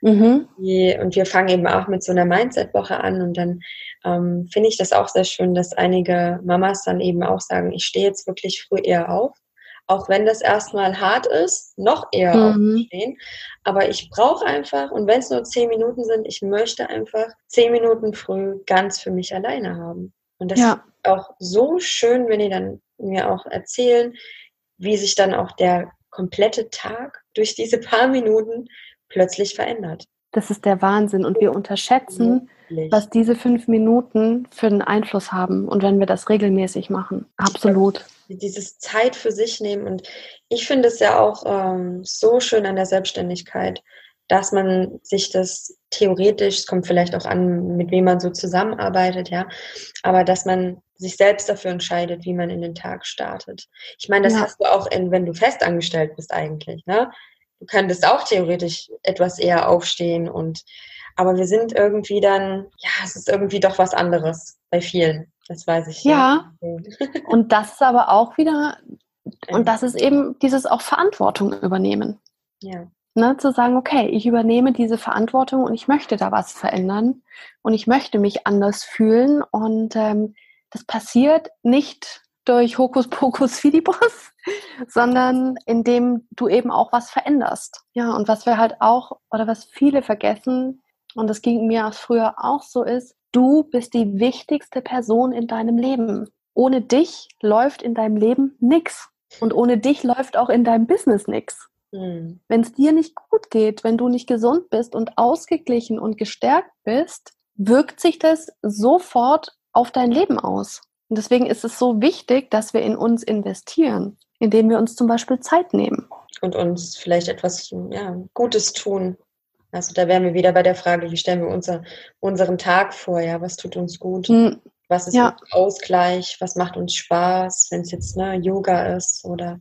Mhm. Und wir fangen eben auch mit so einer Mindset-Woche an und dann finde ich das auch sehr schön, dass einige Mamas dann eben auch sagen, ich stehe jetzt wirklich früh eher auf, auch wenn das erstmal hart ist, noch eher Mhm. aufzustehen, aber ich brauche einfach, und wenn es nur 10 Minuten sind, ich möchte einfach 10 Minuten früh ganz für mich alleine haben. Und das ist Ja, auch so schön, wenn die dann mir auch erzählen, wie sich dann auch der komplette Tag durch diese paar Minuten plötzlich verändert. das ist der Wahnsinn. Und wir unterschätzen, Wirklich. was diese 5 Minuten für einen Einfluss haben. Und wenn wir das regelmäßig machen. Absolut. Dieses Zeit für sich nehmen. Und ich finde es ja auch so schön an der Selbstständigkeit, dass man sich das theoretisch, es kommt vielleicht auch an, mit wem man so zusammenarbeitet, ja, aber dass man sich selbst dafür entscheidet, wie man in den Tag startet. Ich meine, das Ja. hast du auch, wenn du festangestellt bist eigentlich, ne? Du könntest auch theoretisch etwas eher aufstehen aber wir sind irgendwie dann, ja, es ist irgendwie doch was anderes bei vielen. Das weiß ich, ja. Ja. Und das ist aber auch wieder, und Ähm, das ist eben dieses auch Verantwortung übernehmen. Ja, Ne, zu sagen, okay, ich übernehme diese Verantwortung und ich möchte da was verändern und ich möchte mich anders fühlen und das passiert nicht durch Hokuspokus Fidibus, sondern indem du eben auch was veränderst. Ja, und was wir halt auch, oder was viele vergessen, und das ging mir auch früher auch so ist, du bist die wichtigste Person in deinem Leben. Ohne dich läuft in deinem Leben nichts. Und ohne dich läuft auch in deinem Business nichts. hm. Wenn es dir nicht gut geht, wenn du nicht gesund bist und ausgeglichen und gestärkt bist, wirkt sich das sofort auf dein Leben aus. Und deswegen ist es so wichtig, dass wir in uns investieren, indem wir uns zum Beispiel Zeit nehmen. Und uns vielleicht etwas, ja, Gutes tun. Also da wären wir wieder bei der Frage, wie stellen wir unseren Tag vor, ja, was tut uns gut? Hm, Was ist ja, unser Ausgleich? Was macht uns Spaß, wenn es jetzt Yoga ist oder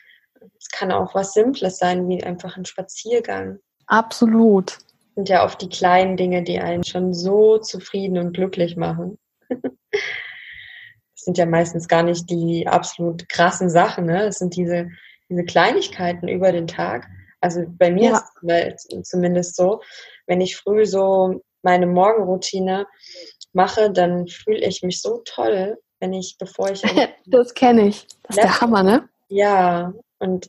es kann auch was Simples sein, wie einfach ein Spaziergang. absolut. Das sind ja oft die kleinen Dinge, die einen schon so zufrieden und glücklich machen. Das sind ja meistens gar nicht die absolut krassen Sachen, ne? Es sind diese Kleinigkeiten über den Tag. Also bei mir ist Ja, es zumindest so, wenn ich früh so meine Morgenroutine mache, dann fühle ich mich so toll, wenn ich, bevor ich am das kenne ich. Das ist der Laptop, Hammer, ne? ja, und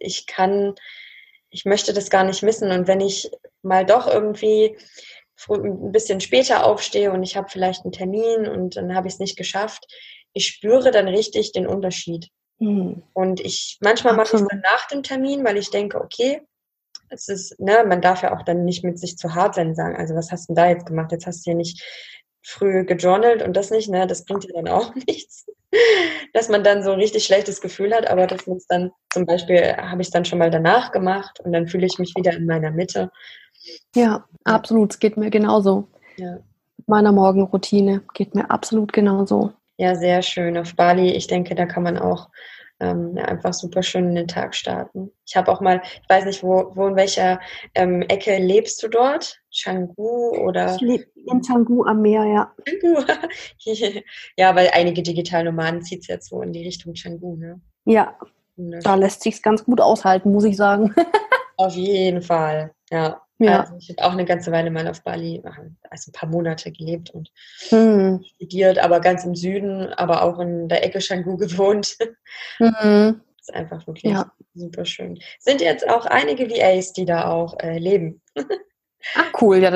ich möchte das gar nicht missen. Und wenn ich mal doch irgendwie ein bisschen später aufstehe und ich habe vielleicht einen Termin und dann habe ich es nicht geschafft, ich spüre dann richtig den Unterschied. Hm, Und manchmal mache ich es absolut. dann nach dem Termin, weil ich denke, okay, es ist, ne, man darf ja auch dann nicht mit sich zu hart sein und sagen, also was hast du denn da jetzt gemacht? Jetzt hast du ja nicht früh gejournalt und das nicht, ne, das bringt ja dann auch nichts. Dass man dann so ein richtig schlechtes Gefühl hat, aber dass man es dann, zum Beispiel habe ich es dann schon mal danach gemacht und dann fühle ich mich wieder in meiner Mitte. Ja, Ja, absolut. Es geht mir genauso. ja. Meiner Morgenroutine geht mir absolut genauso. Ja, sehr schön. Auf Bali, ich denke, da kann man auch ja, einfach super schön in den Tag starten. Ich habe auch mal, ich weiß nicht, wo in welcher Ecke lebst du dort? Canggu Ich oder lebe in Canggu am Meer, ja. Canggu? Ja, weil einige Digitalnomaden zieht es jetzt so in die Richtung Canggu, ne? Ja, da Wunderschön. lässt sich's ganz gut aushalten, muss ich sagen. Auf jeden Fall, ja. Ja. Also ich habe auch eine ganze Weile mal auf Bali, also ein paar Monate gelebt und Mhm. studiert, aber ganz im Süden, aber auch in der Ecke Canggu gewohnt. Mhm. Ist einfach wirklich Ja. super schön. Sind jetzt auch einige VAs, die da auch leben. Ach cool, ja,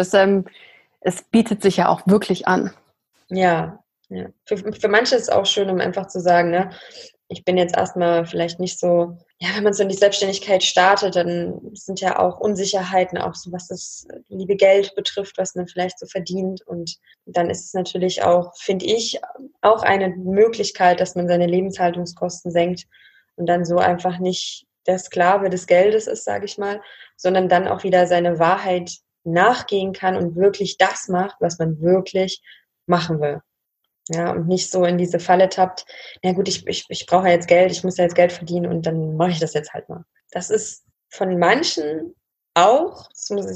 es bietet sich ja auch wirklich an. Ja, ja. Für manche ist es auch schön, um einfach zu sagen, ne, ich bin jetzt erstmal vielleicht nicht so, ja, wenn man so in die Selbstständigkeit startet, dann sind ja auch Unsicherheiten, auch so was das liebe Geld betrifft, was man vielleicht so verdient. Und dann ist es natürlich auch, finde ich, auch eine Möglichkeit, dass man seine Lebenshaltungskosten senkt und dann so einfach nicht der Sklave des Geldes ist, sage ich mal, sondern dann auch wieder seine Wahrheit nachgehen kann und wirklich das macht, was man wirklich machen will. Ja, und nicht so in diese Falle tappt, na gut, ich brauche ja jetzt Geld, ich muss ja jetzt Geld verdienen und dann mache ich das jetzt halt mal. Das ist von manchen auch,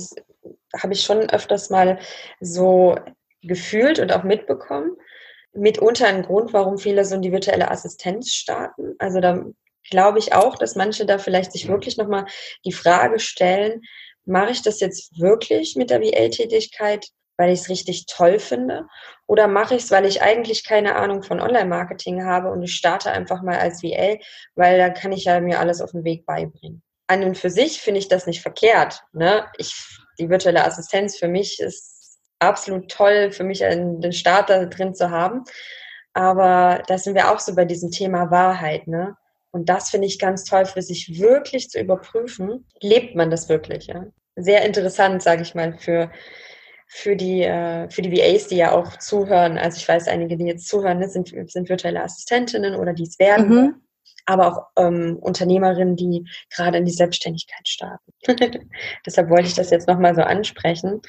habe ich schon öfters mal so gefühlt und auch mitbekommen, mitunter ein Grund, warum viele so in die virtuelle Assistenz starten. Also da glaube ich auch, dass manche da vielleicht sich wirklich nochmal die Frage stellen, mache ich das jetzt wirklich mit der VA-Tätigkeit, weil ich es richtig toll finde? Oder mache ich es, weil ich eigentlich keine Ahnung von Online-Marketing habe und ich starte einfach mal als VA, weil da kann ich ja mir alles auf den Weg beibringen. An und für sich finde ich das nicht verkehrt. Ne? Die virtuelle Assistenz für mich ist absolut toll, für mich den Starter drin zu haben. Aber da sind wir auch so bei diesem Thema Wahrheit, ne? Und das finde ich ganz toll, für sich wirklich zu überprüfen. Lebt man das wirklich? Ja? Sehr interessant, sage ich mal, für die VAs, die ja auch zuhören. Also ich weiß, einige, die jetzt zuhören, ne, sind virtuelle Assistentinnen oder die es werden. Mhm. Aber auch Unternehmerinnen, die gerade in die Selbstständigkeit starten. Deshalb wollte ich das jetzt nochmal so ansprechen,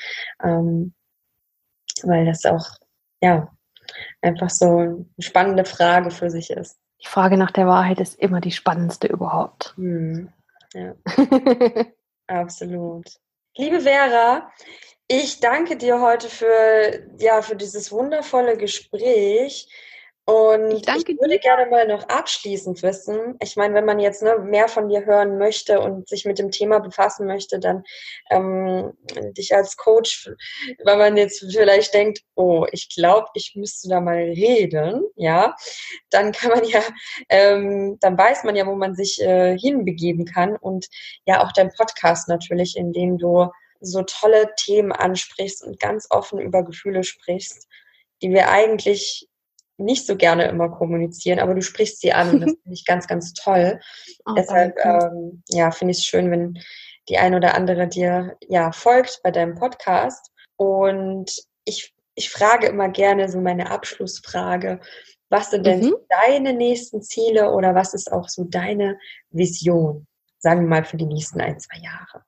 weil das auch, ja, einfach so eine spannende Frage für sich ist. Die Frage nach der Wahrheit ist immer die spannendste überhaupt. Ja, absolut. Liebe Vera, ich danke dir heute für dieses wundervolle Gespräch. Und ich würde gerne mal noch abschließend wissen, ich meine, wenn man jetzt mehr von dir hören möchte und sich mit dem Thema befassen möchte, dann dich als Coach, weil man jetzt vielleicht denkt, oh, ich glaube, ich müsste da mal reden, ja, dann kann man ja, dann weiß man ja, wo man sich hinbegeben kann und ja auch dein Podcast natürlich, in dem du so tolle Themen ansprichst und ganz offen über Gefühle sprichst, die wir eigentlich nicht so gerne immer kommunizieren, aber du sprichst sie an und das finde ich ganz, ganz toll. Deshalb finde ich es schön, wenn die ein oder andere dir folgt bei deinem Podcast. Und ich frage immer gerne so meine Abschlussfrage, was sind denn deine nächsten Ziele oder was ist auch so deine Vision, sagen wir mal, für die nächsten 1-2 Jahre?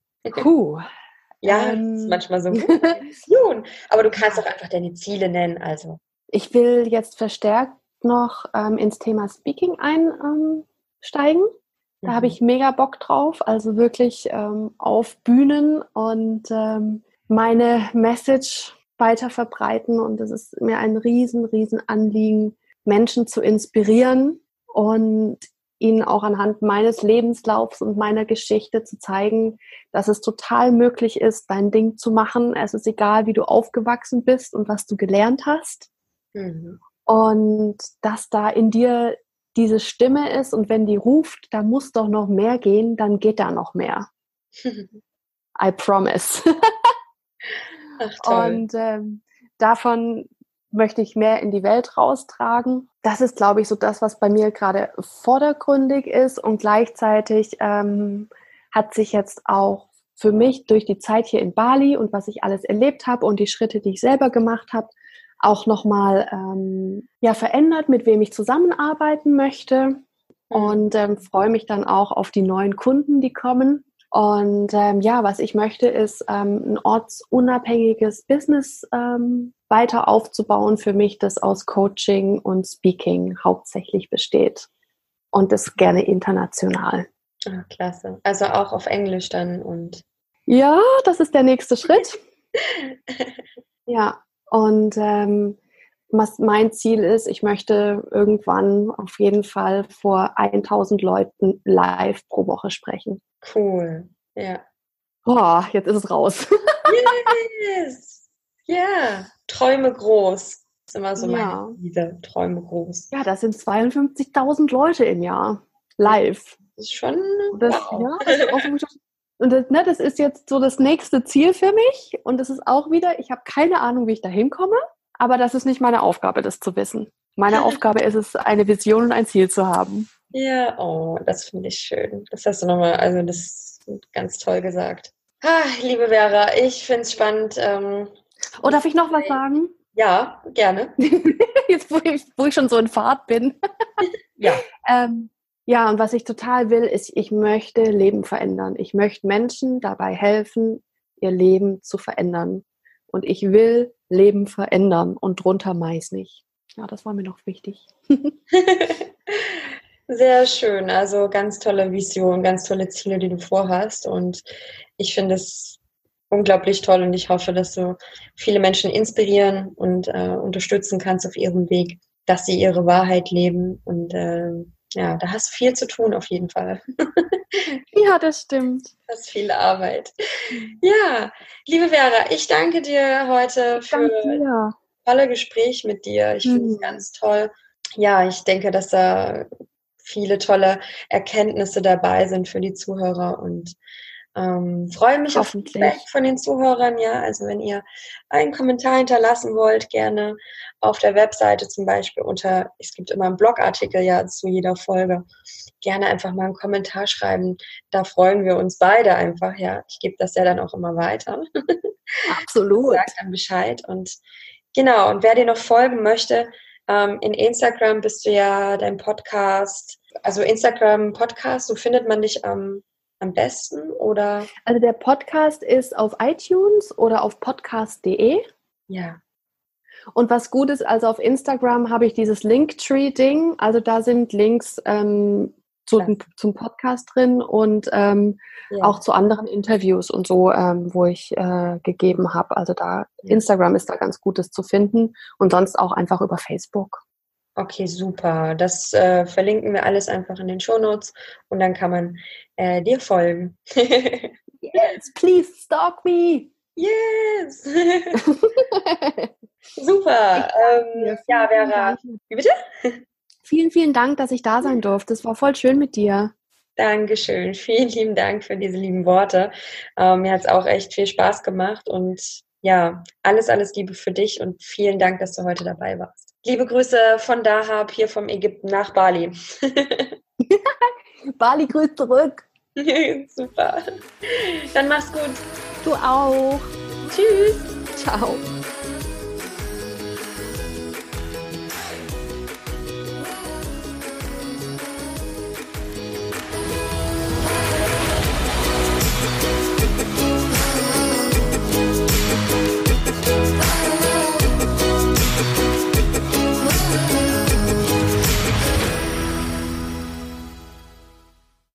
Ja, das ist manchmal so Vision, aber du kannst auch einfach deine Ziele nennen, also. Ich will jetzt verstärkt noch ins Thema Speaking einsteigen. Da habe ich mega Bock drauf, also wirklich auf Bühnen und meine Message weiter verbreiten. Und es ist mir ein riesen Anliegen, Menschen zu inspirieren und ihnen auch anhand meines Lebenslaufs und meiner Geschichte zu zeigen, dass es total möglich ist, dein Ding zu machen. Es ist egal, wie du aufgewachsen bist und was du gelernt hast. Und dass da in dir diese Stimme ist und wenn die ruft, da muss doch noch mehr gehen, dann geht da noch mehr. I promise. Ach, toll. Und davon möchte ich mehr in die Welt raustragen. Das ist, glaube ich, so das, was bei mir gerade vordergründig ist. Und gleichzeitig hat sich jetzt auch für mich durch die Zeit hier in Bali und was ich alles erlebt habe und die Schritte, die ich selber gemacht habe, auch nochmal verändert, mit wem ich zusammenarbeiten möchte und freue mich dann auch auf die neuen Kunden, die kommen. Und was ich möchte, ist ein ortsunabhängiges Business weiter aufzubauen für mich, das aus Coaching und Speaking hauptsächlich besteht und das gerne international. Ah, klasse. Also auch auf Englisch dann und... Ja, das ist der nächste Schritt. Ja. Und was mein Ziel ist, ich möchte irgendwann auf jeden Fall vor 1000 Leuten live pro Woche sprechen. Cool, ja. Oh, jetzt ist es raus. Yes! Ja, Träume groß. Das ist immer so meine Liebe, Träume groß. Ja, das sind 52.000 Leute im Jahr live. Das ist schon, das ist jetzt so das nächste Ziel für mich. Und das ist auch wieder, ich habe keine Ahnung, wie ich da hinkomme, aber das ist nicht meine Aufgabe, das zu wissen. Meine Aufgabe ist es, eine Vision und ein Ziel zu haben. Ja, oh, das finde ich schön. Das hast du nochmal, also das ist ganz toll gesagt. Liebe Vera, ich finde es spannend. Darf ich noch was sagen? Ja, gerne. Jetzt, wo ich schon so in Fahrt bin. Ja. Ja, und was ich total will, ist, ich möchte Leben verändern. Ich möchte Menschen dabei helfen, ihr Leben zu verändern. Und ich will Leben verändern und drunter meist nicht. Ja, das war mir noch wichtig. Sehr schön. Also ganz tolle Vision, ganz tolle Ziele, die du vorhast. Und ich finde es unglaublich toll und ich hoffe, dass du viele Menschen inspirieren und unterstützen kannst auf ihrem Weg, dass sie ihre Wahrheit leben. Und da hast du viel zu tun auf jeden Fall. Ja, das stimmt. Das ist viel Arbeit. Ja, liebe Vera, ich danke dir heute für das tolle Gespräch mit dir. Ich finde es ganz toll. Ja, ich denke, dass da viele tolle Erkenntnisse dabei sind für die Zuhörer und freue mich auf Feedback von den Zuhörern. Ja, also wenn ihr einen Kommentar hinterlassen wollt, gerne auf der Webseite zum Beispiel es gibt immer einen Blogartikel ja zu jeder Folge, gerne einfach mal einen Kommentar schreiben. Da freuen wir uns beide einfach. Ja, ich gebe das ja dann auch immer weiter. Absolut. Sagt dann Bescheid und genau. Und wer dir noch folgen möchte, in Instagram bist du ja dein Podcast, also Instagram Podcast, so findet man dich am besten, oder? Also der Podcast ist auf iTunes oder auf podcast.de. Ja. Und was gut ist, also auf Instagram habe ich dieses Linktree-Ding, also da sind Links zum Podcast drin und auch zu anderen Interviews und so, wo ich gegeben habe. Also Instagram ist da ganz Gutes zu finden und sonst auch einfach über Facebook. Okay, super. Das verlinken wir alles einfach in den Shownotes und dann kann man dir folgen. Yes, please stalk me. Yes. Super. Ja, Vera. Wie bitte? Vielen, vielen Dank, dass ich da sein durfte. Es war voll schön mit dir. Dankeschön. Vielen lieben Dank für diese lieben Worte. Mir hat es auch echt viel Spaß gemacht und ja, alles Liebe für dich und vielen Dank, dass du heute dabei warst. Liebe Grüße von Dahab hier vom Ägypten nach Bali. Bali grüßt zurück. Super. Dann mach's gut. Du auch. Tschüss. Ciao.